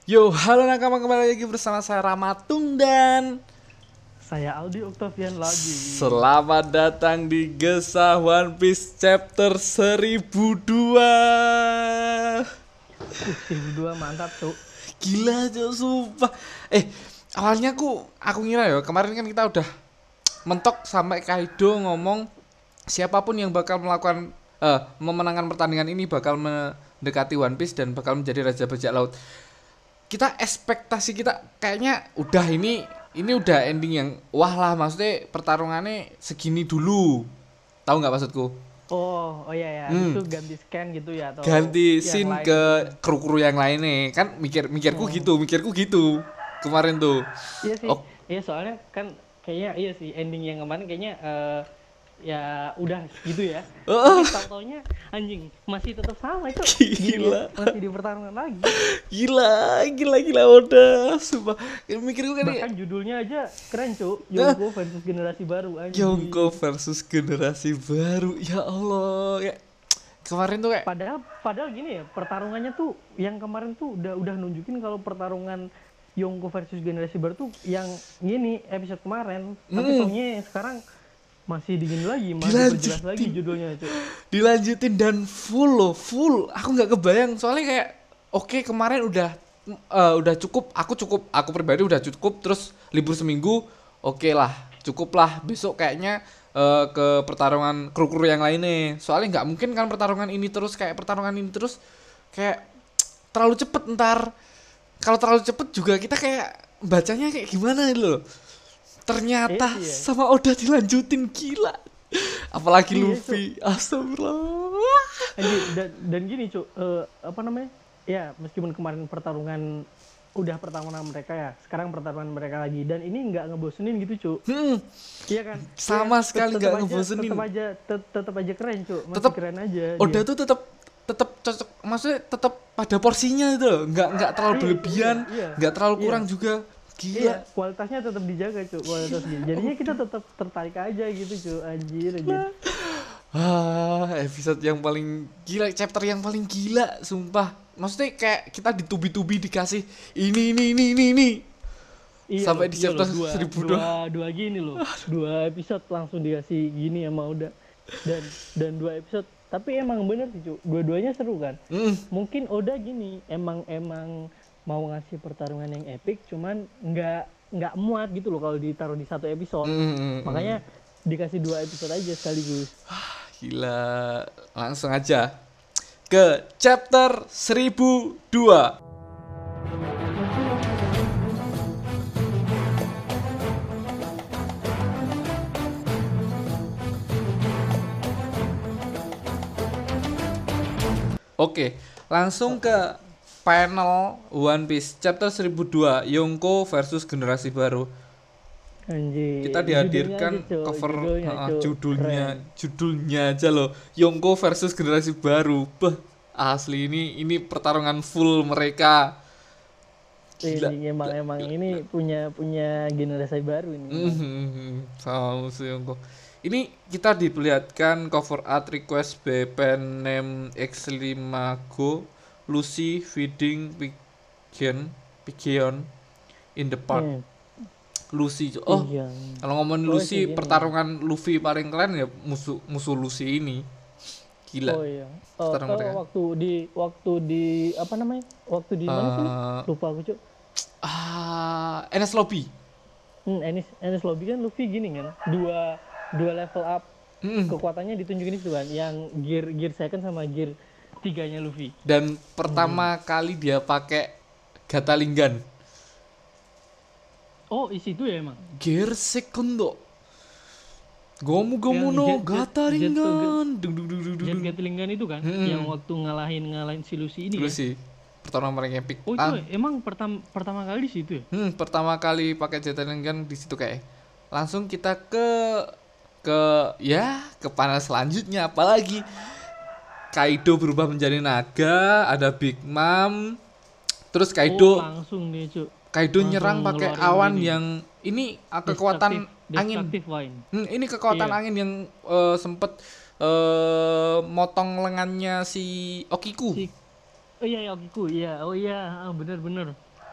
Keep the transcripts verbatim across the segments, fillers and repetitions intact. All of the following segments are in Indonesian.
Yo, halo nakama, kembali lagi bersama saya Ramatung dan Saya Aldi Octavian lagi. selamat datang di Gesah One Piece chapter seribu dua. Uh, seribu dua mantap, Cuk. Gila, Cok, sumpah. Eh, awalnya aku aku ngira ya, kemarin kan kita udah mentok sampai Kaido ngomong siapapun yang bakal melakukan eh memenangkan pertandingan ini bakal mendekati One Piece dan bakal menjadi raja bajak laut. Kita ekspektasi kita kayaknya udah ini ini udah ending yang wah lah, maksudnya pertarungannya segini dulu, tahu nggak maksudku? Oh, oh iya ya, hmm. itu ganti scan gitu ya atau Ganti yang scene lain ke gitu. kru-kru yang lainnya kan, mikir mikirku Hmm. gitu mikirku gitu kemarin tuh. Iya sih. Oh, Iya soalnya kan kayaknya iya sih ending yang kemarin kayaknya eh, ya udah gitu ya. oh Tapi tahu-taunya anjing masih tetap sama itu. Gini gila ya, masih di pertarungan lagi. gila gila gila udah sumpah. Mikirku kan Bahkan judulnya aja keren, Cuk. Nah. Yonko versus generasi baru anjing. Yonko versus generasi baru, ya Allah ya. Kemarin tuh kayak Padahal padahal gini ya, pertarungannya tuh yang kemarin tuh udah udah nunjukin kalau pertarungan Yonko versus generasi baru tuh yang gini episode kemarin. Tapi Hmm. taunya sekarang masih dingin lagi, masih Dilanjutin. berjelas lagi judulnya, Cuk. dilanjutin dan full loh, full. Aku nggak kebayang soalnya kayak oke kemarin udah eh, udah cukup, aku cukup, aku pribadi udah cukup, terus libur seminggu, oke lah, cukup lah. Besok kayaknya eh, ke pertarungan kru-kru yang lainnya. Soalnya nggak mungkin kan pertarungan ini terus kayak pertarungan ini terus kayak terlalu cepet ntar. Kalau terlalu cepet juga kita kayak bacanya kayak gimana itu loh. Ternyata Eh, iya. sama Oda dilanjutin, gila. Apalagi Iya, Luffy, astagfirullah. Anjir, dan, dan gini, Cuk, eh, apa namanya? Ya, meskipun kemarin pertarungan udah pertarungan mereka ya, sekarang pertarungan mereka lagi dan ini nggak ngebosenin gitu, Cuk. Hmm, Iya kan? sama Iya, sekali tetep nggak aja- ngebosenin. Tetep aja tet- tetep aja keren, Cuk. Masih Tetep keren aja. Oda dia. tuh tetap tetap cocok, maksudnya tetap pada porsinya itu loh. nggak nggak terlalu Iya, berlebihan, iya, nggak terlalu iya. kurang juga. Gila. Iya, kualitasnya tetap dijaga, Cuk. Kualitas dia. Jadinya kita tetap tertarik aja gitu, Cuk. Anjir, anjir. Ah, episode yang paling gila, chapter yang paling gila, sumpah. Maksudnya kayak kita ditubi-tubi dikasih ini ini ini ini ini. Iya Sampai loh, di iya chapter loh, dua, seribu dua, dua gini loh. Dua episode langsung dikasih gini sama Uda. Dan dan dua episode. Tapi emang bener sih, Cuk. Dua-duanya seru kan. Mm. Mungkin Oda gini, emang emang mau ngasih pertarungan yang epic, cuman nggak nggak muat gitu loh kalau ditaruh di satu episode. Mm. Makanya dikasih dua episode aja sekaligus. Gila, langsung aja ke chapter seribu dua. Oke, langsung ke panel One Piece chapter seribu dua, Yonko versus generasi baru. Anjir. Kita dihadirkan Judulnya aja, Cuk. cover judulnya, uh, Cuk. judulnya Keren. judulnya aja loh, Yonko versus generasi baru. Beh, asli ini ini pertarungan full mereka. Gila. Ini emang emang ini punya punya generasi baru ini. Mhm, sama musuh Yonko. Ini kita diperlihatkan cover art request B P name X lima Go Lucy feeding pigeon pigeon in the park. Hmm, Lucy, oh iya. kalau ngomongin Oh, Lucy, sih, gini. pertarungan Luffy paling keren ya musuh musuh Lucy ini. Gila. Oh iya. Oh, Pertarungan oh, mereka. waktu di waktu di apa namanya? Waktu di mana sih? Eh, Lupa aku, Cuk. ah, Enes Lobby. Hmm, Enis Enis Lobby kan Luffy gini kan. Dua dua level up Mm. kekuatannya ditunjukin itu kan, yang gear gear second sama gear tiganya Luffy. Dan pertama kali dia pakai Gatalingan. Oh, isi itu ya emang. Gear Sekondo. Gomu gomu Yang no jet- jet- Gataringan. Dung dung dung dung Jet dung. Gatlingan itu kan, Hmm. yang waktu ngalahin ngalahin si Lucy ini Dulu kan. sih pertarungan mereka epic. Oh itu Ah, emang pertama pertama kali di situ ya? hmm, pertama kali pakai Gatalingan di situ kayak. Langsung kita ke ke ya ke panel selanjutnya, apalagi Kaido berubah menjadi naga, ada Big Mom. Terus Oh, Kaido langsung nih, Cuk. Kaido langsung nyerang pakai ngeluarin awan ini. yang ini ah, kekuatan Destructive- angin. Destructive Wine. Hmm, ini kekuatan Iya. angin yang eh, sempet eh, motong lengannya si Okiku. Si Oh iya, ya Okiku, iya. Oh iya, ah, bener-bener.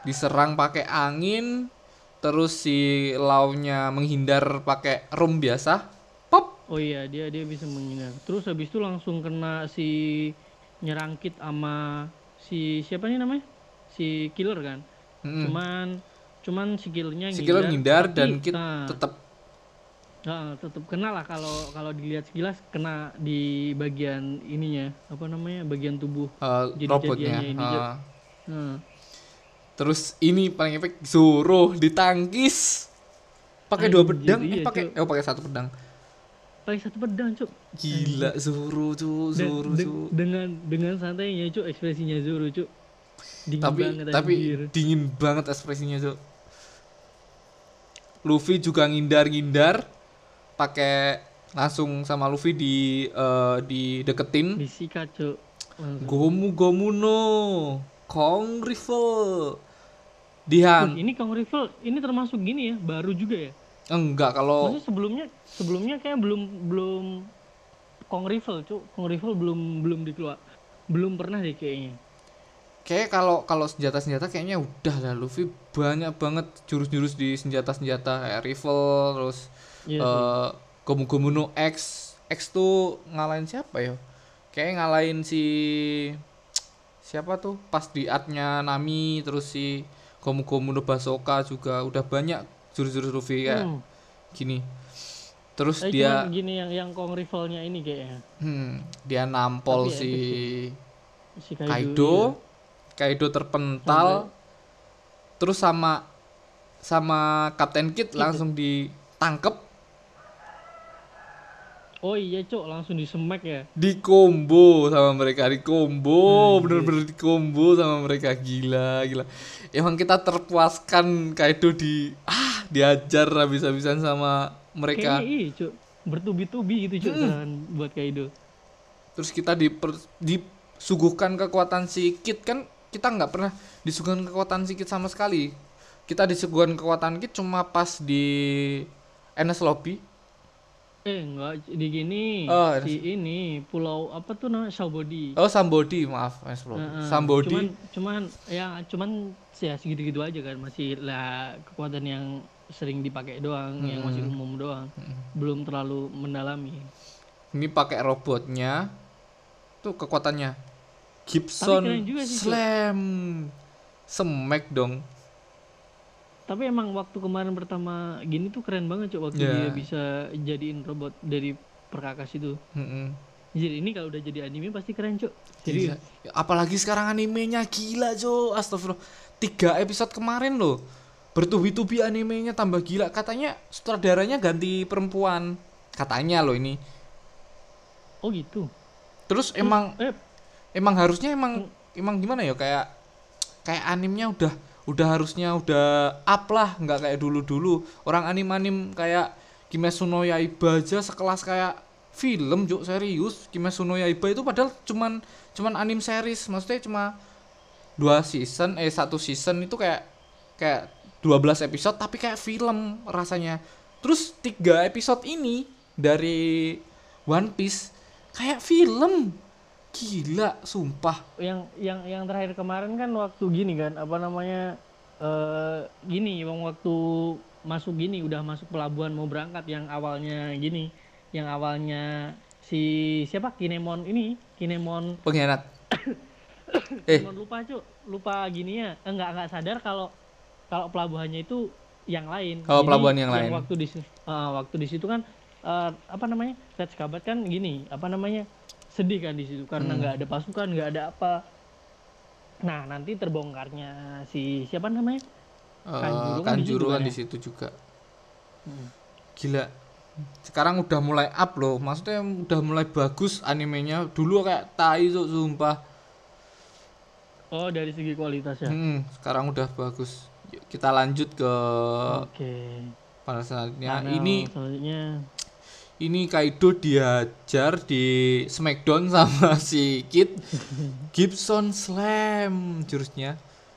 diserang pakai angin, terus si Lau-nya menghindar pakai room biasa. Pop. Oh iya, dia dia bisa menghindar. Terus habis itu langsung kena si nyerangkit sama si siapa nih namanya? Si killer kan. Mm-mm. Cuman cuman skillnya Si killer ngindar, ngindar dan tapi Kit nah, tetap nah, tetap kena lah kalau kalau dilihat sekilas kena di bagian ininya, apa namanya? Bagian tubuh uh, robotnya. jadi-jadiannya ini, Cok. Uh, Nah, terus ini paling efek Zoro ditangkis pakai dua anjir pedang, eh iya, pakai Cok. eh pakai satu pedang. Pakai satu pedang, Cok. Gila Anjir. Zoro tuh, Dan Zoro de- tuh. dengan dengan santainya, Cok, ekspresinya Zoro, Cok. Dingin Tapi banget tapi anjir. dingin banget ekspresinya tuh. Luffy juga ngindar-ngindar pakai langsung sama Luffy di eh, dideketin. Disikat, Cok. Langsung. Gomu Gomu no Kong Rival. Wih, Dihan ini Kong Rival ini termasuk gini ya, baru juga ya. enggak kalau Maksudnya sebelumnya sebelumnya kayak belum belum Kong Rival, Cok. Kong Rival belum belum dikeluar. Belum pernah deh kayaknya. kayak kalau kalau senjata-senjata kayaknya udah lah Luffy banyak banget jurus-jurus di senjata-senjata kayak rifle terus Iya sih. eh Gomu Gomu no X X tuh ngalahin siapa ya? Kayak ngalahin si siapa tuh pas di artnya Nami terus si Gomu Gomu no Basoka juga udah banyak jurus-jurus Luffy kayak Hmm. gini. Terus Eh dia cuman gini yang yang Kong Rivalnya ini kayaknya. hmm, dia nampol Tapi si epic sih. Si Kaido, Kaido, iya. Kaido terpental, Sampai terus sama sama Kapten Kid Kid. langsung ditangkep, Oh iya, Cok, langsung di smack ya. di combo sama mereka, di combo, Anjir. bener-bener di combo sama mereka, gila, gila. Emang kita terpuaskan Kaido di ah diajar habis-habisan sama Kayaknya mereka. iya, Cok. Bertubi-tubi gitu, Cok, Hmm. serangan buat Kaido. Terus kita diper, disuguhkan kekuatan si Kid kan kita nggak pernah disuguhkan kekuatan si Kid sama sekali. Kita disuguhkan kekuatan Kid cuma pas di N S Lobby. Eh, enggak di gini Oh, si ini pulau apa tuh namanya Saubody. oh Sambodi, maaf N S Lobby. Heeh. Sambodi. Cuman cuman ya cuman ya segitu-gitu aja kan, masih lah kekuatan yang sering dipakai doang, yang masih Hmm. umum doang. Belum terlalu mendalami. Ini pakai robotnya. Tuh kekuatannya. Tapi Gibson keren juga sih, Cok. Slam. Smack dong. Tapi emang waktu kemarin pertama gini tuh keren banget, Cok, waktu Ya. dia bisa jadiin robot dari perkakas itu. Mm-mm. Jadi ini kalau udah jadi anime pasti keren, Cok. Gila. Serius. Apalagi sekarang animenya gila, Jo. Astagfirullah. Tiga episode kemarin loh. Bertubi-tubi animenya tambah gila. Katanya sutradaranya ganti perempuan. Katanya loh ini. Oh gitu. Terus Terus, emang eh emang harusnya emang emang gimana ya kayak kayak animenya udah udah harusnya udah up lah, nggak kayak dulu-dulu. Orang anim-anim kayak Kimetsu no Yaiba aja sekelas kayak film, Juk, serius. Kimetsu no Yaiba itu padahal cuman cuman anim series, maksudnya cuma dua season, eh satu season itu kayak kayak dua belas episode tapi kayak film rasanya. Terus tiga episode ini dari One Piece kayak film. Gila, sumpah. yang yang yang terakhir kemarin kan waktu gini kan, apa namanya, eh gini yang waktu masuk gini udah masuk pelabuhan mau berangkat, yang awalnya gini, yang awalnya si siapa Kinemon ini, Kinemon Pengkhianat. Eh, Kinemon lupa, Cuk, lupa gini ya, enggak enggak sadar kalau kalau pelabuhannya itu yang lain. Oh, Jadi pelabuhan yang lain. waktu di si- eh, waktu di situ kan, eh, apa namanya, Red Scabbard kan gini, apa namanya, sedih kan di situ karena Hmm. nggak ada pasukan, nggak ada apa. Nah, nanti terbongkarnya si siapa namanya? eh, Kanjuro kan di situ Kanjuro kan kan di ya? situ juga. Hmm. Gila. Sekarang udah mulai up loh. Maksudnya udah mulai bagus animenya. Dulu kayak tai tuh sumpah. Oh, dari segi kualitas ya. Hmm, sekarang udah bagus. Yuk, kita lanjut ke Oke. pada selanjutnya. Panel Ini selanjutnya. ini Kaido dihajar di Smackdown sama si Kid. Gibson Slam jurusnya.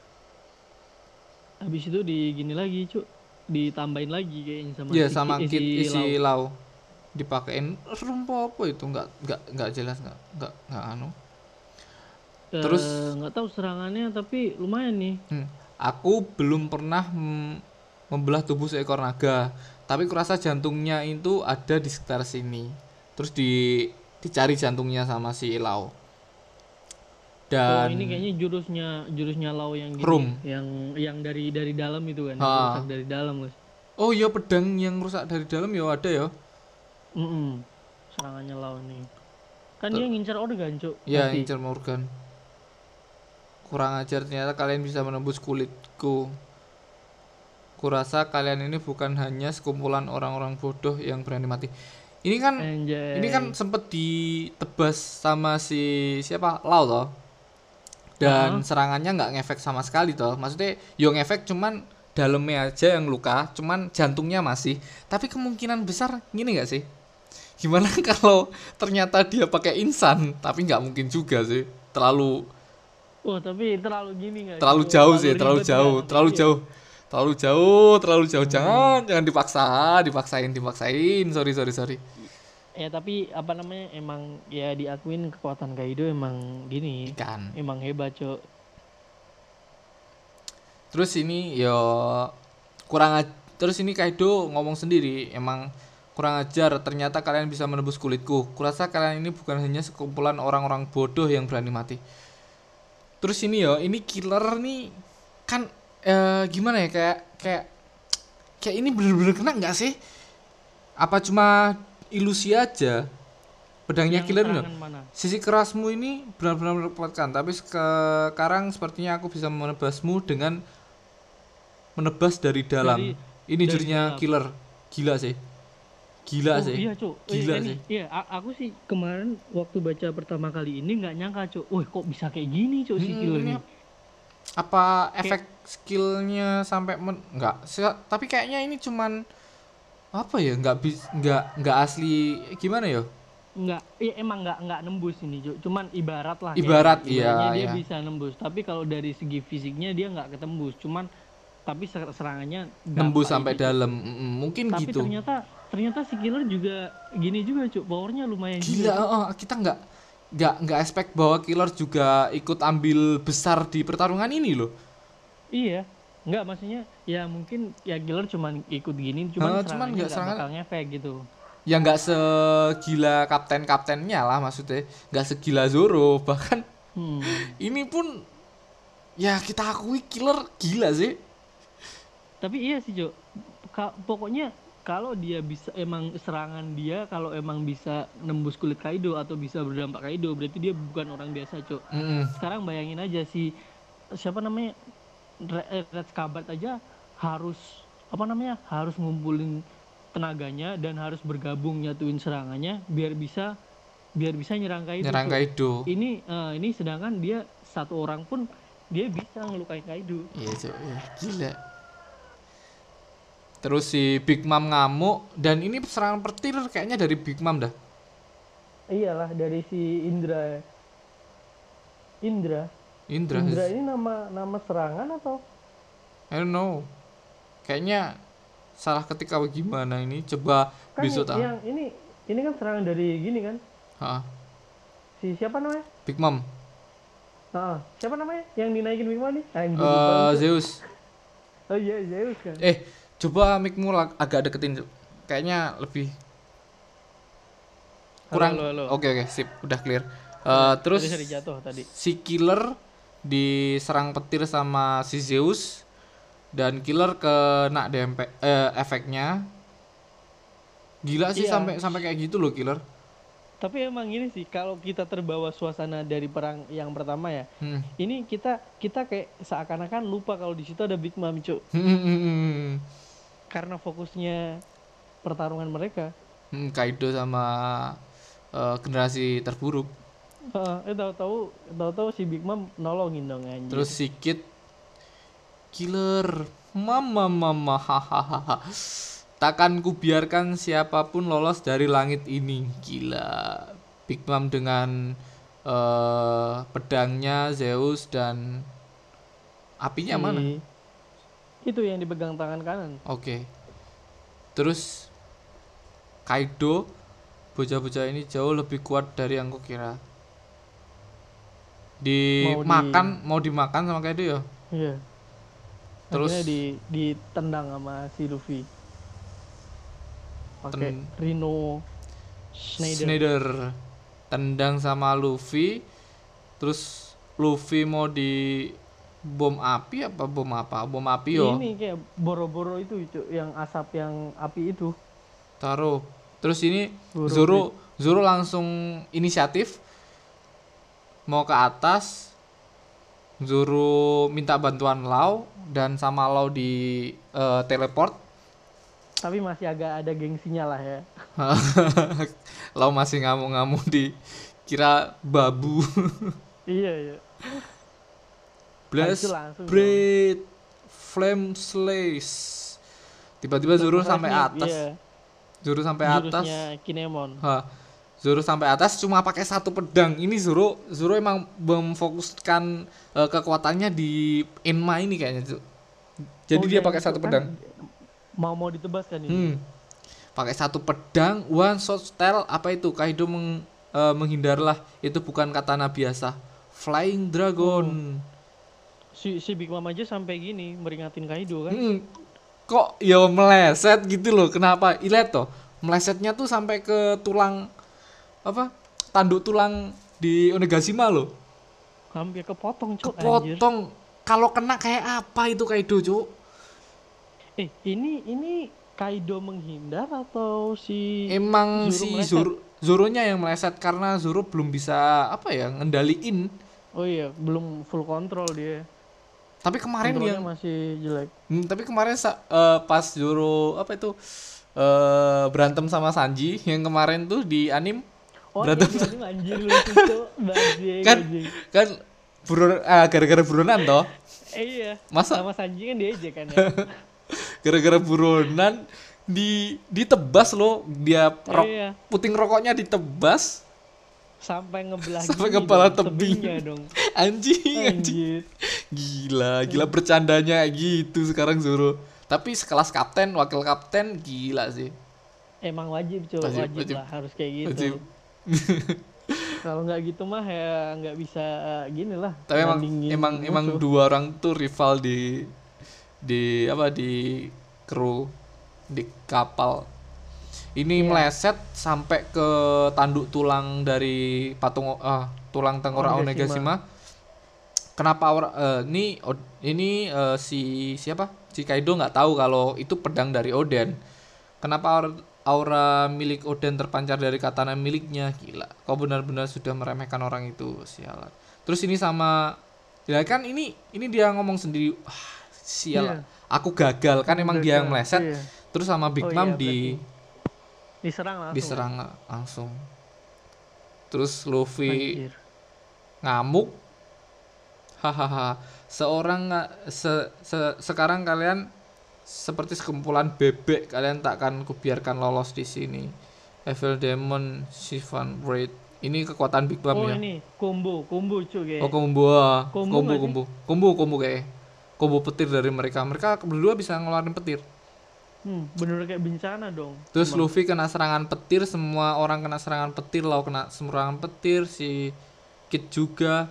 Habis itu di gini lagi, Cuk. Ditambahin lagi kayaknya sama Iya si sama Ki- Kid si isi Lau. Lau. Dipakein rumpa apa itu nggak nggak nggak jelas nggak nggak nggak anu. Eh, Terus nggak tahu serangannya tapi lumayan nih. hmm, Aku belum pernah mem- membelah tubuh seekor naga, tapi kurasa jantungnya itu ada di sekitar sini. Terus di dicari jantungnya sama si Lau. Oh, ini Dan kayaknya jurusnya jurusnya Lau yang gini ya, Rum. yang yang dari dari dalam itu kan, yang Ha. rusak dari dalam, Mas. Oh iya, pedang yang rusak dari dalam ya ada ya. Mm-mm. Serangannya Lau nih. Kan dia Ter- ngincar organ, Cuk, ya, pasti. incer Morgan. Kurang ajar, ternyata kalian bisa menembus kulitku. Kurasa kalian ini bukan hanya sekumpulan orang-orang bodoh yang berani mati. Ini kan ini kan Anjay. sempet ditebas sama si siapa? Lau toh. Dan Heeh. serangannya nggak ngefek sama sekali toh. Maksudnya yo ngefek cuman dalamnya aja yang luka, cuman jantungnya masih. Tapi kemungkinan besar gini nggak sih? Gimana kalau ternyata dia pakai insan? Tapi nggak mungkin juga sih. Terlalu Wah, tapi terlalu gini nggak sih, terlalu Cuk? jauh Terlalu sih, terlalu ribet nggak jauh, nanti? terlalu Iya. jauh. Terlalu jauh, terlalu jauh. Hmm. Jangan, jangan dipaksa, dipaksain, dipaksain. Sorry, sorry, sorry. Ya tapi apa namanya, emang ya diakuin kekuatan Kaido emang gini, Ikan. emang hebat, Cuk. Terus ini yo kurang aj- terus ini Kaido ngomong sendiri, emang kurang ajar, ternyata kalian bisa menebus kulitku. Kurasa kalian ini bukan hanya sekumpulan orang-orang bodoh yang berani mati. Terus ini yo, ini killer nih kan eh, gimana ya, kayak kayak kayak ini bener-bener kena nggak sih? Apa cuma ilusi aja? Pedangnya Yang killer ini loh. serangan mana? Sisi kerasmu ini benar-benar merepotkan, tapi sekarang sepertinya aku bisa menebasmu dengan menebas dari dalam. Dari Ini dari jurusnya dalam. killer. Gila sih. Gila Oh sih. iya, Cuk. Eh, Gila ini sih. iya, a- aku sih kemarin waktu baca pertama kali ini nggak nyangka, Cuk. Wih, kok bisa kayak gini, Cuk, si Hmm, killer ini nih. apa Kayak efek skillnya sampai men enggak Se- tapi kayaknya ini cuman apa ya, nggak bis nggak nggak asli gimana ya, nggak, iya emang nggak nggak nembus ini, Cuk. Cuman ibarat lah kayaknya. ibarat iya Ibaratnya dia ya, bisa nembus, tapi kalau dari segi fisiknya dia nggak ketembus. Cuman tapi ser- serangannya nembus dampak sampai itu, Cuk. dalam. Mm, mungkin Tapi gitu. ternyata ternyata si killer juga gini juga, Cuk. Powernya lumayan Gila, juga, Cuk. oh, kita nggak nggak nggak expect bahwa killer juga ikut ambil besar di pertarungan ini loh. Iya, nggak, maksudnya ya mungkin ya killer cuman ikut gini, cuman Hah, cuman serangannya nggak nggak serangan bakal ngefek gitu. ya, nggak segila kapten kaptennya lah, maksudnya nggak segila Zoro. Bahkan Hmm. ini pun ya kita akui killer gila sih. Tapi iya sih, Jo. Ka- pokoknya kalau dia bisa, emang serangan dia kalau emang bisa nembus kulit Kaido atau bisa berdampak Kaido, berarti dia bukan orang biasa, Cuk. Mm-mm. Sekarang bayangin aja si siapa namanya, Re- eh, Red Scabbard aja harus apa namanya, harus ngumpulin tenaganya dan harus bergabung nyatuin serangannya biar bisa biar bisa nyerang Kaido, Nyerang Cuk. Kaido. Ini eh, ini sedangkan dia satu orang pun dia bisa ngelukain Kaido. Iya cuy, iya, gila. Terus si Big Mom ngamuk, dan ini serangan petir kayaknya dari Big Mom dah. Iyalah, dari si Indra. Indra. Indra, Indra ini nama nama serangan atau? I don't know. Kayaknya salah ketik apa gimana ini. Coba Kan besok i- ah. yang ini ini kan serangan dari gini kan? Ha, Si siapa namanya? Big Mom. Ah, siapa namanya? Yang dinaikin Big Mom nih? Anjir, lupa Eh lupa. Zeus. Oh iya, Zeus kan. Eh, coba mic-mu lag- agak deketin. Cuk. Kayaknya lebih kurang. Halo, halo, halo. Oke oke, sip, udah clear. Eh Ya, terus tadi sorry, jatuh tadi. si killer diserang petir sama si Zeus, dan killer kena D M P eh, efeknya. Gila sih, Iya. sampai sampai kayak gitu loh killer. Tapi emang gini sih, kalau kita terbawa suasana dari perang yang pertama ya, Hmm. ini kita kita kayak seakan-akan lupa kalau di situ ada Big Mom, Cuk. Hmm, Karena fokusnya pertarungan mereka. hmm, Kaido sama eh, generasi terburuk. Heeh, eh tahu-tahu tahu-tahu si Big Mom nolongin dong, anjir. Terus si Kid killer, mama mama hahaha. Takkan ku biarkan siapapun lolos dari langit ini. Gila. Big Mom dengan eh, pedangnya Zeus, dan apinya Si- mana? Itu yang dipegang tangan kanan. Oke. Terus Kaido, bocah-bocah ini jauh lebih kuat dari yang kukira. Mau di- Dimakan, mau dimakan sama Kaido ya? Iya. Terus Akhirnya di ditendang sama si Luffy. Pakai ten- Rhino Schneider. Schneider tendang sama Luffy, terus Luffy mau di bom api apa bom apa? Bom api yo. Ini kayak boro-boro itu, Cuk, yang asap yang api itu. Taruh. Terus ini Boro Zoro Zoro langsung inisiatif mau ke atas. Zoro minta bantuan Lau dan sama Lau di eh, teleport. Tapi masih agak ada gengsinya lah ya. Lau masih ngamuk-ngamuk di kira babu. Iya, iya. Blast Habis itu langsung Blade Flame Slash. Tiba-tiba Zoro sampai Refresh nih, atas. Iya, Zoro sampai atas. jurusnya Kinemon. Hah. Zoro sampai atas cuma pakai satu pedang. Ini Zoro Zoro emang memfokuskan eh, kekuatannya di Enma ini kayaknya, Cuk. Jadi Oh, dia iya, pakai itu satu kan pedang. Mau mau ditebas kan ini. Hmm. Pakai satu pedang, one shot style apa itu? Kaido meng, eh, menghindarlah. Itu bukan katana biasa. Flying Dragon. Si si Big Mom aja sampai gini meringatin Kaido kan. Hmm. Kok ya meleset gitu loh? Kenapa? Lihat toh, melesetnya tuh sampai ke tulang apa? Tanduk tulang di Onigashima loh. Hampir kepotong, Cuk, anjir. Kepotong. Kalau kena kayak apa itu Kaido, Cuk? Eh, ini ini Kaido menghindar atau si Emang Zoro si meleset? Zoro Zoronya yang meleset karena Zoro belum bisa apa ya ngendaliin. Oh iya, belum full kontrol dia. Tapi kemarin Kontrolnya yang masih jelek. Hmm, tapi kemarin sa- eh, pas Zoro apa itu eh berantem sama Sanji yang kemarin tuh di anim Oh, berantem iya, ini anjir lu itu bajing, kan bajing. kan buron ah, gara-gara buronan toh Eh, iya. Masa? Sama Sanji kan diejek kan ya. gara-gara buronan di ditebas loh dia rok, Iya. puting rokoknya ditebas Sampai ngebelah Sampai gini kepala dong, tebing. tebingnya dong. anjing anjing Anjir. gila gila bercandanya gitu sekarang Zoro tapi sekelas kapten wakil kapten gila sih Emang wajib, Cuk. Wajib, Wajib, wajib. lah harus kayak gitu. Wajib. Kalau nggak gitu mah ya nggak bisa eh, gini lah. tapi emang nandingin emang emang musuh. dua orang tuh rival di di apa di kru di kapal ini Iya. meleset sampai ke tanduk tulang dari patung ah, tulang tengkorak Onigashima. Onigashima. Kenapa or- eh, ini od- ini eh, si siapa si Kaido nggak tahu kalau itu pedang dari Oden. Kenapa aura, aura milik Oden terpancar dari katana miliknya? Gila, kau benar-benar sudah meremehkan orang itu, sialan. Terus ini sama, ya kan ini ini dia ngomong sendiri, ah, sial, Iya. aku gagal kan emang dia yang Gagal, meleset. iya. Terus sama Big Oh, Mom iya, di Diserang langsung. diserang langsung. Terus Luffy Anjir. ngamuk, hahaha. Seorang nga- se, se- sekarang kalian seperti sekumpulan bebek, kalian takkan kubiarkan lolos di sini. Evil Demon Sivan Raid. Ini kekuatan Big Mom Oh, ya. ini combo, combo cuy. Oh, combo, ah. Combo combo, nggak sih? combo, combo, combo kayak combo petir dari mereka. Mereka berdua bisa ngeluarin petir. Hmm, bener kayak bencana dong. Terus Emang. Luffy kena serangan petir, semua orang kena serangan petir, Lau kena serangan petir, si Kid juga.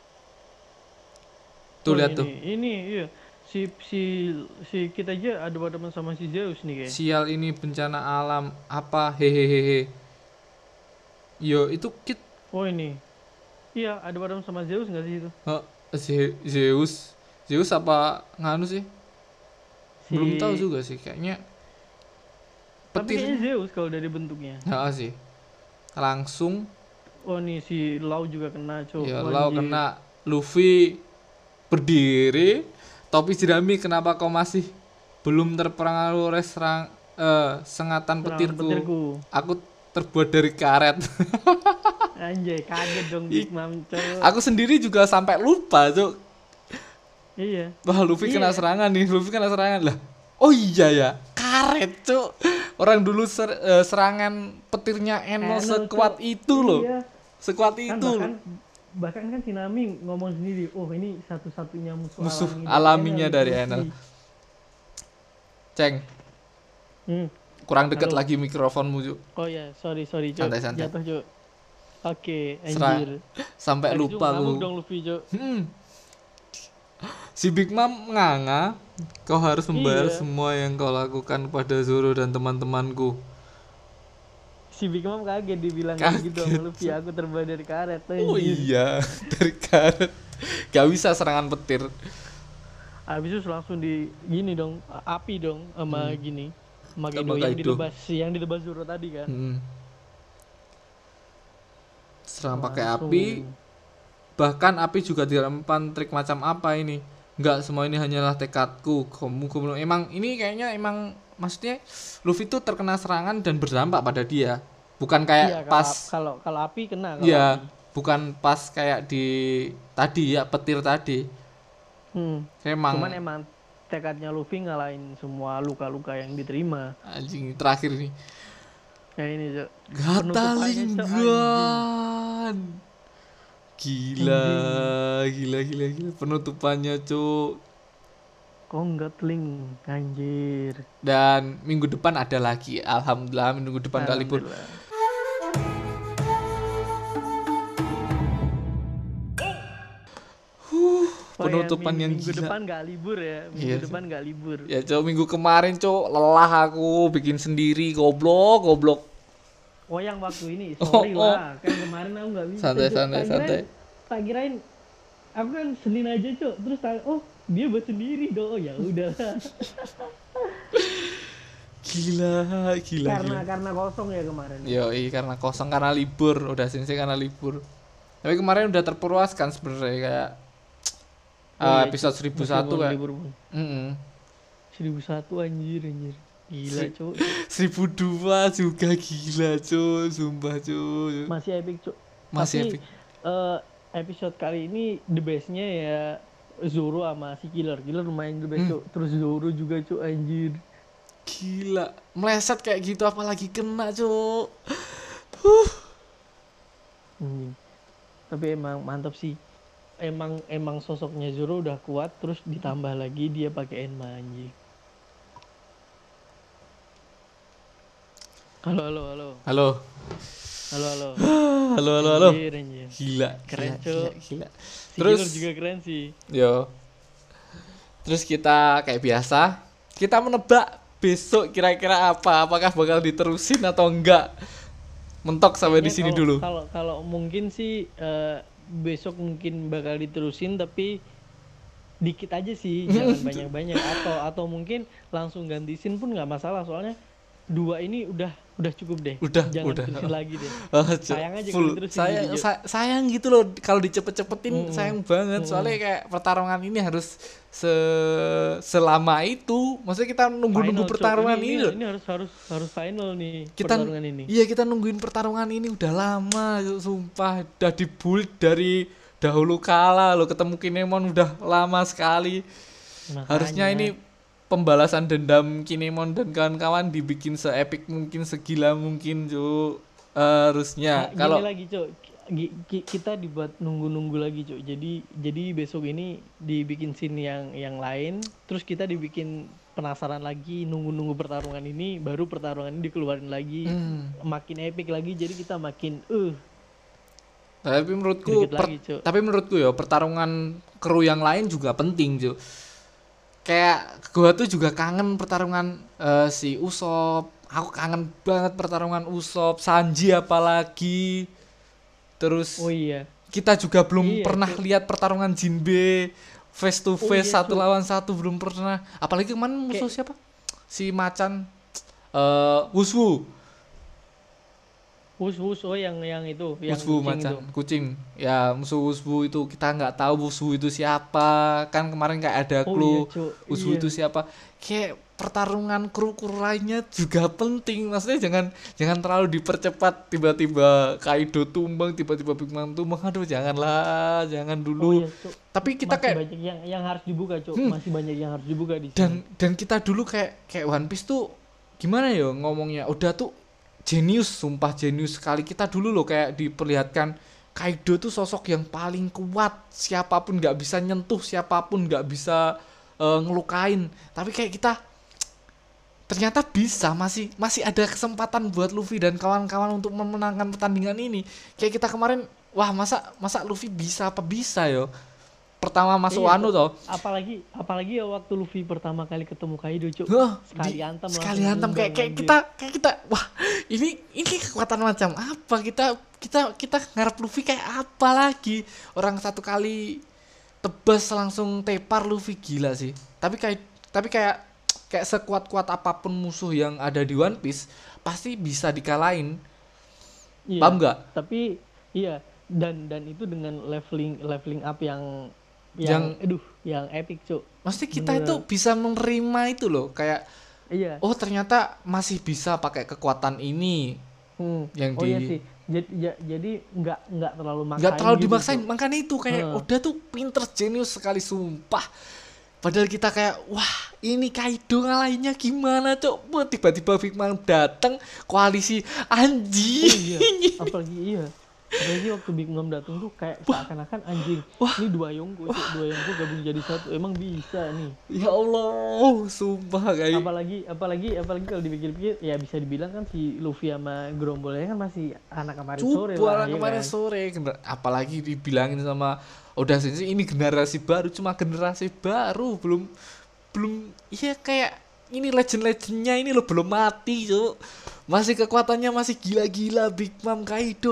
Tuh Oh, lihat ini, tuh. Ini iya. Si si si kita aja ada berteman sama si Zeus nih kayak. Sial ini bencana alam apa hehehehe. Yo itu Kid Oh, ini. Iya, ada berteman sama Zeus nggak sih itu? eh, Ze- Zeus. Zeus apa nganu sih? Si... Belum tahu juga sih kayaknya. Tapi kayaknya Petir. Zeus kalau dari bentuknya. Heeh sih. Langsung Oh, nih si Lau juga kena, cuy. ya Oh, Lau anjir. kena. Luffy berdiri. Topi jerami kenapa kau masih belum terpengaruh oleh serang eh, sengatan Serangan petirku. petirku. Aku terbuat dari karet. Anjay, kaget dong Ih, Big Mom, cuy. Aku sendiri juga sampai lupa tuh. Iya. Wah, Luffy kena Iya. serangan nih. Luffy kena serangan lah. Oh iya ya, karet cuk. Orang dulu ser- eh, serangan petirnya Enel Enel, sekuat Cuk. itu loh. Iya. Sekuat Kan itu. bahkan bahkan kan si Nami ngomong sendiri, oh ini satu-satunya musuh, Musuh alami alaminya dari Luffy. Enel. Ceng, Hmm. kurang deket Halo. lagi mikrofonmu Cuk. Oh ya, sorry sorry Cuk. Santai, santai. Jatuh Cuk. Oke, Serang- anjir. Sampai Tadi lupa Cuk, ngamuk aku. dong Luffy Cuk. Hmm. Si Big Mom nganga, Kau harus membayar Iya, semua yang kau lakukan pada Zoro dan teman-temanku. si Big Mom kaget dibilang kayak gitu sama Kaget. Luffy, aku terbang dari karet Oh anjir. iya, dari karet. Gak bisa serangan petir. Habis itu langsung di gini dong, api dong sama gini. Sama Sama Kaido yang Kaido. ditebas, yang ditebas Zoro tadi kan. Hmm. Serang pakai Langsung. api. Bahkan api juga dirempan trik macam apa ini? Enggak, semua ini hanyalah tekadku. Kamu, kamu emang ini kayaknya emang maksudnya Luffy tuh terkena serangan dan berdampak pada dia. Bukan Iya, kayak kalau pas kalau kalau api kena kalau ya, api. bukan pas kayak di tadi ya, petir tadi. Hmm. Kayak emang Cuman emang tekadnya Luffy ngalahin semua luka-luka yang diterima. anjing terakhir nih. Ya ini, Cok. Gata Penutupannya, Cok, anjing. lingguan. Gila, Anjing. gila, gila, gila. Penutupannya, Cuk. Konggatling, anjir. Dan minggu depan ada lagi. Alhamdulillah minggu depan gak libur. Alhamdulillah. Oh ya, Penutupan minggu, yang minggu gila. depan gak libur ya. Minggu Iya, depan gak libur. Ya, Cuk, minggu kemarin, Cuk, lelah aku bikin sendiri, goblok, goblok. Oh yang waktu ini, Oh, sorry oh. lah. Kan kemarin aku gak bisa. Santai, Cok. santai, Tak kirain- santai. Tak kirain, aku kan Senin aja, Cok. Terus tak, oh dia buat sendiri dong. Oh ya udah. Gila, gila, karena gila. karena kosong ya kemarin. Yoi, karena kosong, karena libur, udah sensei karena libur. Tapi kemarin udah terpuaskan sebenarnya kayak Oh uh, iya, episode Cok. seribu satu Meskipun kayak. libur pun. Mm-mm. seribu satu anjir anjir. Gila, Si- Cok. seribu dua juga gila, Cuk, sumpah, Cuk. Masih epic, Cok. Masih Tapi epic. eh, episode kali ini the bestnya ya Zoro sama si Killer. Killer lumayan the best, Hmm. Cok. Terus Zoro juga, Cok, anjir. Gila, meleset kayak gitu apalagi kena, Cuk. Hmm. Tapi emang mantap sih. Emang emang sosoknya Zoro udah kuat, terus ditambah lagi dia pakai Enma anjing. Halo halo halo. Halo. Halo halo. Halo, halo, halo. Anjir, anjir. Gila, Keren, gila, Cuk. gila, gila. Si Terus- Killer juga keren sih. Yo. Terus kita kayak biasa, kita menebak besok kira-kira apa? Apakah bakal diterusin atau enggak? Mentok sampai di Kayaknya sini kalau- dulu. Kalau kalau mungkin sih eh, besok mungkin bakal diterusin tapi dikit aja sih, jangan banyak-banyak atau atau mungkin langsung ganti scene pun nggak masalah soalnya dua ini udah udah cukup deh. Udah, jangan udah. terusin lagi deh. Oh, Cuk, Sayang aja full. kalau diterusin sayang, gitu, Cuk. sa- sayang gitu loh kalau dicepet-cepetin, Mm-mm. sayang banget. Mm-mm. Soalnya kayak pertarungan ini harus se selama itu. Maksudnya kita nunggu-nunggu Final, Cok. pertarungan ini, ini, loh. ini harus harus harus final nih Kita pertarungan ini. Iya, kita nungguin pertarungan ini udah lama, Cuk, sumpah. Udah di-build dari dahulu kala loh, ketemu Kinemon udah lama sekali. Makanya. Harusnya ini pembalasan dendam Kinemon dan kawan-kawan dibikin se-epic mungkin, segila mungkin, Cuk. Harusnya Ah, gini kalau lagi, Cok. Gi- ki- kita dibuat nunggu-nunggu lagi, Cok. Jadi jadi besok ini dibikin scene yang yang lain, terus kita dibikin penasaran lagi, nunggu-nunggu pertarungan ini, baru pertarungan ini dikeluarin lagi, Hmm. makin epic lagi, jadi kita makin uh tapi menurutku Dikit per- lagi, Cuk. tapi menurutku ya pertarungan kru yang lain juga penting, Cuk. Kayak gua tuh juga kangen pertarungan eh, si Usopp. Aku kangen banget pertarungan Usopp, Sanji apalagi. Terus oh iya. kita juga belum Iya, pernah Cuk. lihat pertarungan Jinbe face to Oh face iya, satu Cuk. lawan satu, belum pernah. Apalagi kemarin musuh Kayak- siapa? Si Macan eh Wushu. Wus wus oh yang yang itu, yang Wushu kucing Macan, itu. kucing. Ya, musuh Wushu itu kita nggak tahu Wushu itu siapa. Kan kemarin kayak ada Oh clue iya, Cuk. Wushu Iya. itu siapa. Kayak pertarungan kru-kru lainnya juga penting. Maksudnya jangan jangan terlalu dipercepat, tiba-tiba Kaido tumbang, tiba-tiba Big Mom tumbang. Aduh, janganlah, jangan Oh dulu. iya, Cuk. Tapi kita Masih kayak banyak yang yang harus dibuka, Cuk. Hmm. Masih banyak yang harus dibuka di sini. dan dan kita dulu kayak kayak One Piece tuh gimana ya ngomongnya, udah tuh jenius, sumpah jenius sekali. Kita dulu loh kayak diperlihatkan Kaido tuh sosok yang paling kuat, siapapun nggak bisa nyentuh, siapapun nggak bisa eh, ngelukain. Tapi kayak kita ternyata bisa, masih masih ada kesempatan buat Luffy dan kawan-kawan untuk memenangkan pertandingan ini. Kayak kita kemarin, wah, masa masa Luffy bisa apa bisa yo. pertama masuk Iya, anu Cuk. toh. Apalagi apalagi ya waktu Luffy pertama kali ketemu Kaido, Cuk. Huh, Sekali di antem sekali langsung hantam kayak tumbang kayak anjir. kita kayak kita wah ini ini kekuatan macam apa kita kita kita ngarep Luffy kayak apa lagi orang satu kali tebas langsung tepar Luffy gila sih tapi kayak tapi kayak kayak sekuat-kuat apapun musuh yang ada di One Piece pasti bisa dikalahin Iya, paham nggak tapi iya dan dan itu dengan leveling leveling up yang yang yang aduh, yang epic, Cuk. mesti kita itu Bener. bisa menerima itu loh kayak Iya. oh ternyata masih bisa pakai kekuatan ini Hmm. yang Oh iya di sih. Jadi jadi nggak nggak terlalu maksain nggak terlalu gitu, dimaksain Cuk. makanya itu kayak Heeh. udah tuh pinter jenius sekali sumpah padahal kita kayak wah ini Kaido ngalahinnya gimana cok wah tiba-tiba Big Mom datang koalisi Oh iya, anjing apalagi iya. Apalagi waktu Big Mom datang tuh kayak seakan-akan anjing. Ini dua Yonko, Cuk. Dua Yonko gabung jadi satu. Emang bisa nih. ya Allah sumpah kayak Apalagi apalagi apalagi kalau dipikir-pikir ya bisa dibilang kan si Luffy sama gerombolnya kan masih anak kemarin sore cupu lah orang ya kemarin kan. sore Gener- apalagi dibilangin sama Oda Sensei ini generasi baru cuma generasi baru belum belum iya kayak ini legend-legendnya ini lo belum mati cok masih kekuatannya masih gila-gila Big Mom Kaido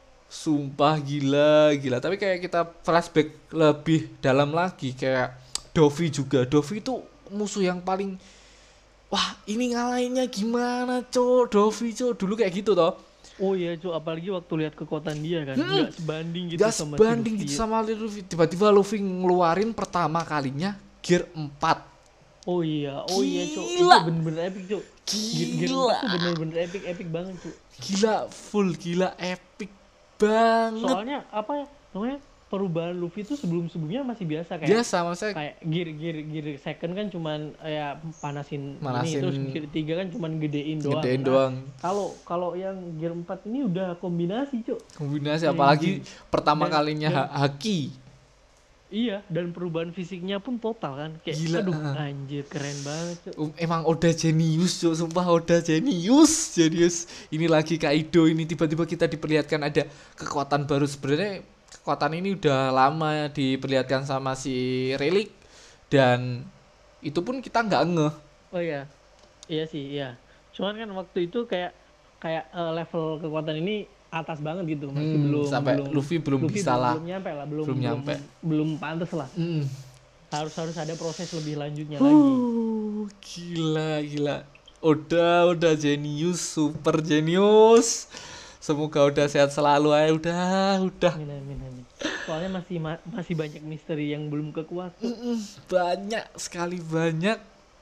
sumpah gila gila tapi kayak kita flashback lebih dalam lagi kayak Dovi juga Dovi itu musuh yang paling wah ini ngalahinnya gimana cok Dovi cok dulu kayak gitu toh Oh iya, Cuk, apalagi waktu lihat kekuatan dia kan, Hmm. nggak sebanding gitu gak sama sebanding si gitu Luffy. sama Luffy tiba-tiba Luffy ngeluarin pertama kalinya gear empat Oh iya, oh iya, Cuk. Itu Gila. bener-bener epic, Cuk. Gear Gear Gila. empat tuh bener-bener epic, epic banget, Cuk. gila full gila epic banget Soalnya apa ya? Namanya perubahan Luffy itu sebelum-sebelumnya masih biasa kayak biasa maksudnya kayak gear gear gear second kan cuman eh, ya panasin, Manasin. ini terus gear tiga kan cuman gedein doang. gedein Nah, doang Kalau kalau yang gear empat ini udah kombinasi, Cuk. kombinasi Anjing. apalagi pertama Dan- kalinya dan- ha- haki Iya, dan perubahan fisiknya pun total kan. Kayak Gila, aduh, ah. anjir keren banget, Cuk. Um, emang Oda jenius Cuk. Sumpah Oda jenius jenius ini lagi Kaido ini tiba-tiba kita diperlihatkan ada kekuatan baru sebenarnya kekuatan ini udah lama diperlihatkan sama si Relic dan itu pun kita nggak ngeh Oh iya. Iya sih, iya. Cuman kan waktu itu kayak kayak eh, level kekuatan ini atas banget gitu, masih Hmm, belum sampai belum Luffy belum bisa belum, lah. belum nyampe lah, belum Belum nyampe. belum pantas lah. Mm. Harus harus ada proses lebih lanjutnya lagi. Uh, gila gila Oda udah jenius super jenius semoga udah sehat selalu aja udah udah Amin amin amin. Soalnya masih ma- masih banyak misteri yang belum kekuat. Cuk. Mm-mm, banyak sekali banyak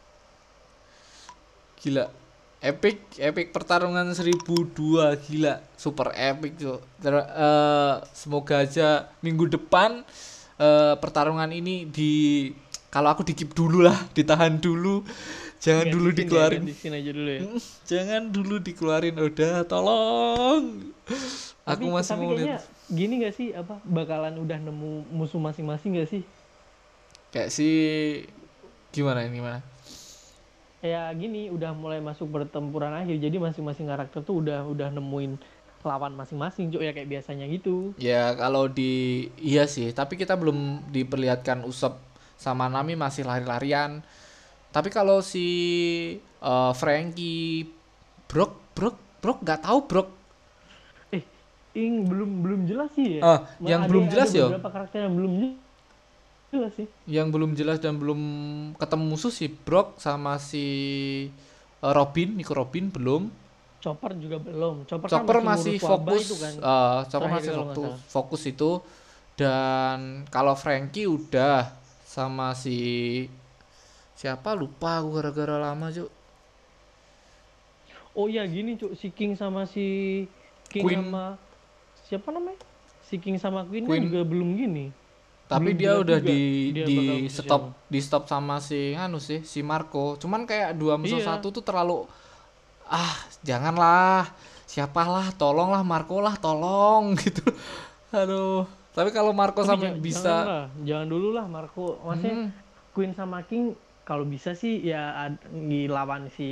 gila epic epic pertarungan seribu dua gila super epic tuh semoga aja minggu depan eh, pertarungan ini di kalau aku dikip dulu lah ditahan dulu jangan dulu Ganti scene ya, dikeluarin ganti scene aja dulu ya. Mm, jangan dulu dikeluarin udah tolong aku Tapi- masih tapi mau kayaknya lihat gini gak sih apa bakalan udah nemu musuh masing-masing gak sih? kayak si gimana ini gimana Ya gini udah mulai masuk pertempuran akhir jadi masing-masing karakter tuh udah udah nemuin lawan masing-masing Cuk ya kayak biasanya gitu. ya kalau di iya sih tapi kita belum diperlihatkan Usopp sama Nami masih lari-larian tapi kalau si eh, Frankie Brock Brock Brock nggak tahu Brock Eh, ing belum belum jelas sih ya. Ah, Ma- yang ada- belum ada jelas ya? beberapa karakter yang belum je- jelas sih. yang belum jelas dan belum ketemu musuh si Brock sama si eh, Robin Nico Robin belum Chopper juga belum. Chopper, Chopper kan masih ngurus wabah fokus itu kan. eh, Chopper Terakhir masih kalau nggak fokus salah. fokus itu dan kalau Frankie udah sama si siapa lupa aku gara-gara lama Cuk Oh iya gini Cuk, si King sama si King Queen. sama siapa namanya? Si King sama Queen, kan Queen. juga belum gini. tapi Belum dia jelas udah juga di dia di bakal musuh stop siapa. di stop sama si anu sih si Marco cuman kayak dua musuh Iya. satu tuh terlalu ah janganlah siapalah tolonglah Marco lah tolong gitu aduh tapi kalau Marco Tapi sampai jangan- bisa jangan, lah, jangan dulu lah Marco. Maksudnya Hmm, Queen sama King kalau bisa sih ya ad- dilawan si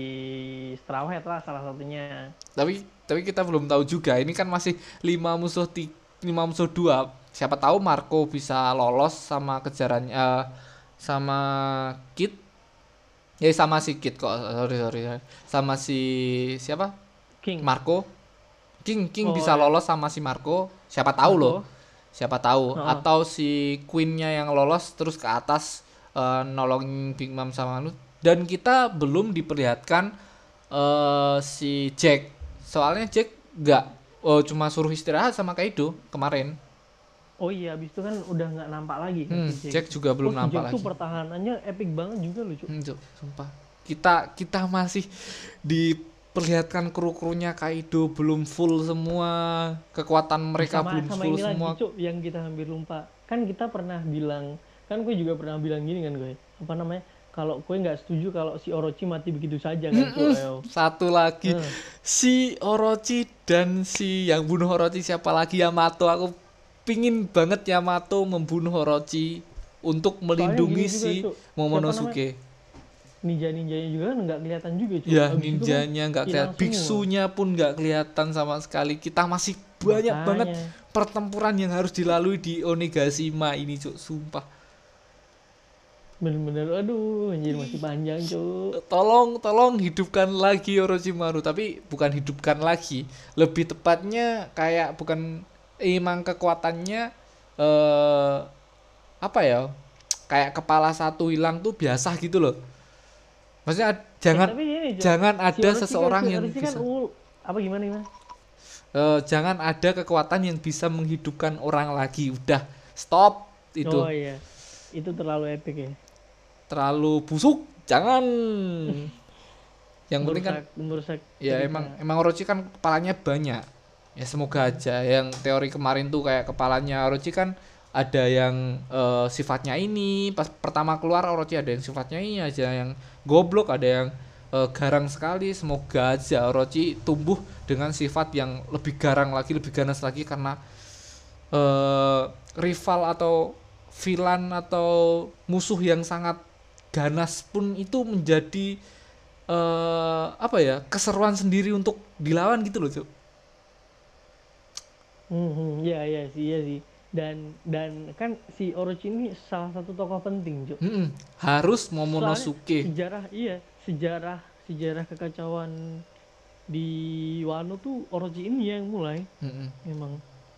Straw Hat lah salah satunya. tapi tapi kita belum tahu juga ini kan masih lima musuh ti- lima musuh dua. Siapa tahu Marco bisa lolos sama kejarannya eh, sama Kid. Ya sama si Kid kok. Sorry sorry. sorry. Sama si siapa? King. Marco. King King Oh, bisa iya. lolos sama si Marco. Siapa tahu loh. Marco. Siapa tahu Oh. atau si Queen-nya yang lolos terus ke atas eh, nolongin Big Mom sama lu. Dan kita belum diperlihatkan eh si Jack. Soalnya Jack nggak oh cuma suruh istirahat sama Kaido kemarin. Oh iya, abis itu kan udah nggak nampak lagi kan Hmm, si Jack juga belum oh, si nampak Jack lagi. tuh pertahanannya epic banget juga lucu. Hmm, Cuk, sumpah. Kita kita masih diperlihatkan kru-krunya Kaido belum full semua, kekuatan mereka sama belum sama full ini semua. lagi Cuk, yang kita hampir lupa. Kan kita pernah bilang, kan gue juga pernah bilang gini kan gue. Apa namanya? Kalau gue nggak setuju kalau si Orochi mati begitu saja kan Cuk. Ayo. Satu lagi Hmm. si Orochi dan si yang bunuh Orochi siapa lagi Yamato. Aku pingin banget Yamato membunuh Orochi untuk melindungi gini juga, si Cuk. Momonosuke. Ninja-ninjanya juga kan nggak kelihatan juga Cuk. Ya Abis itu kan ninjanya nggak hilang kelihatan, semua. biksunya pun nggak kelihatan sama sekali. Kita masih banyak Makanya. banget pertempuran yang harus dilalui di Onigashima ini Cuk, sumpah. Bener-bener aduh anjir masih panjang Cuk. Tolong tolong hidupkan lagi Orochimaru, tapi bukan hidupkan lagi, lebih tepatnya kayak bukan emang kekuatannya eh apa ya, kayak kepala satu hilang tuh biasa gitu loh. Maksudnya jangan Eh, tapi ini, Cuk. jangan Si ada Orochi kan- seseorang si yang Orochi bisa kan ul- apa gimana gimana? eh, jangan ada kekuatan yang bisa menghidupkan orang lagi. Udah stop itu. Oh iya. Itu terlalu epic ya. Terlalu busuk, jangan. Yang penting kan Merusak, merusak ya cerita. emang emang Orochi kan kepalanya banyak. Ya semoga aja yang teori kemarin tuh kayak kepalanya Orochi kan ada yang eh, sifatnya ini, pas pertama keluar Orochi ada yang sifatnya ini aja, yang goblok, ada yang eh, garang sekali. Semoga aja Orochi tumbuh dengan sifat yang lebih garang lagi, lebih ganas lagi, karena eh, rival atau villain atau musuh yang sangat ganas pun itu menjadi eh apa ya, keseruan sendiri untuk dilawan gitu loh Cuk. Hmm, hmm, iya iya sih iya sih. Dan dan kan si Orochi ini salah satu tokoh penting, Cuk. Mm-mm. Harus Soalnya Momonosuke. sejarah iya, sejarah sejarah kekacauan di Wano tuh Orochi ini yang mulai Mm-mm. memang.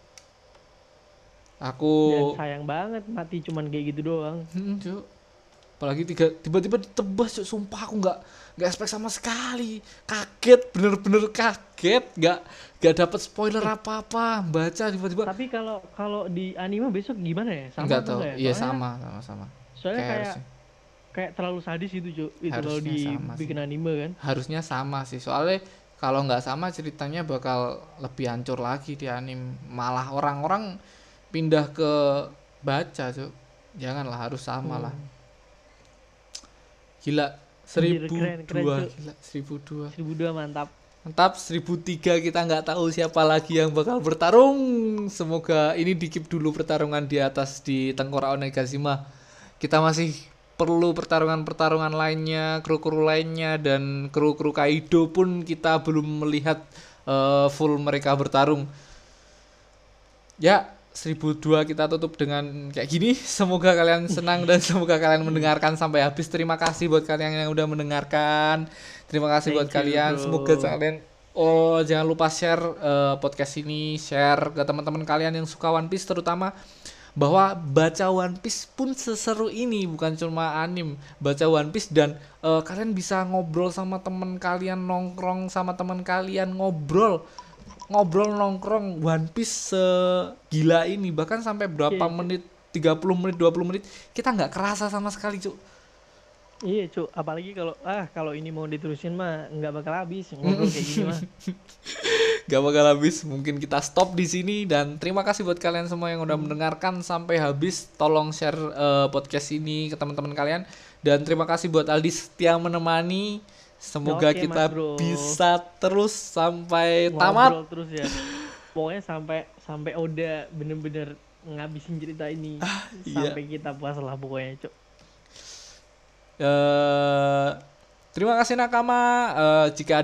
Aku Dan sayang banget mati cuman kayak gitu doang. Mm, Cuk. Apalagi tiga tiba-tiba ditebas Cuk. Sumpah aku nggak nggak expect sama sekali. Kaget, bener-bener kaget. Nggak nggak dapet spoiler apa-apa. Baca tiba-tiba. Tapi kalau kalau di anime besok gimana ya? Sama Nggak atau tahu. enggak ya? Iya Soalnya- sama sama sama. Soalnya Kayak kayak harusnya. kayak terlalu sadis itu, Cuk. Itu kalau Harusnya sama dibikin anime kan. Harusnya sama sih. Soalnya kalau nggak sama ceritanya bakal lebih hancur lagi di anime. Malah orang-orang pindah ke baca Cuk. Janganlah, harus sama lah. Hmm. Gila, seribu keren, keren, dua, Cuk. gila, seribu dua. seribu dua mantap. Mantap, seribu tiga kita nggak tahu siapa lagi yang bakal bertarung. Semoga ini dikip dulu pertarungan di atas di Tengkorak Onigashima. Kita masih perlu pertarungan-pertarungan lainnya, kru-kru lainnya, dan kru-kru Kaido pun kita belum melihat eh, full mereka bertarung. Ya, seribu dua kita tutup dengan kayak gini. Semoga kalian senang dan semoga kalian mendengarkan sampai habis. Terima kasih buat kalian yang udah mendengarkan. Terima kasih buat Thank you, kalian. bro. Semoga kalian oh jangan lupa share eh, podcast ini, share ke teman-teman kalian yang suka One Piece, terutama bahwa baca One Piece pun seseru ini, bukan cuma anim. Baca One Piece dan eh, kalian bisa ngobrol sama teman kalian, nongkrong sama teman kalian, ngobrol ngobrol nongkrong One Piece segila ini, bahkan sampai berapa Iya, menit, tiga puluh menit, dua puluh menit kita nggak kerasa sama sekali Cuk. Iya, Cuk. Apalagi kalau ah kalau ini mau diterusin mah nggak bakal habis ngobrol kayak gini mah. Gak bakal habis. Mungkin kita stop di sini, dan terima kasih buat kalian semua yang udah mendengarkan sampai habis. Tolong share eh, podcast ini ke teman-teman kalian, dan terima kasih buat Aldi setia menemani. Semoga Oke, kita Mas Bro. bisa terus sampai tamat. Ngobrol terus ya. Pokoknya sampai sampai Oda bener-bener ngabisin cerita ini iya. sampai kita puas lah pokoknya, Cuk. Eh, terima kasih Nakama. Eh, jika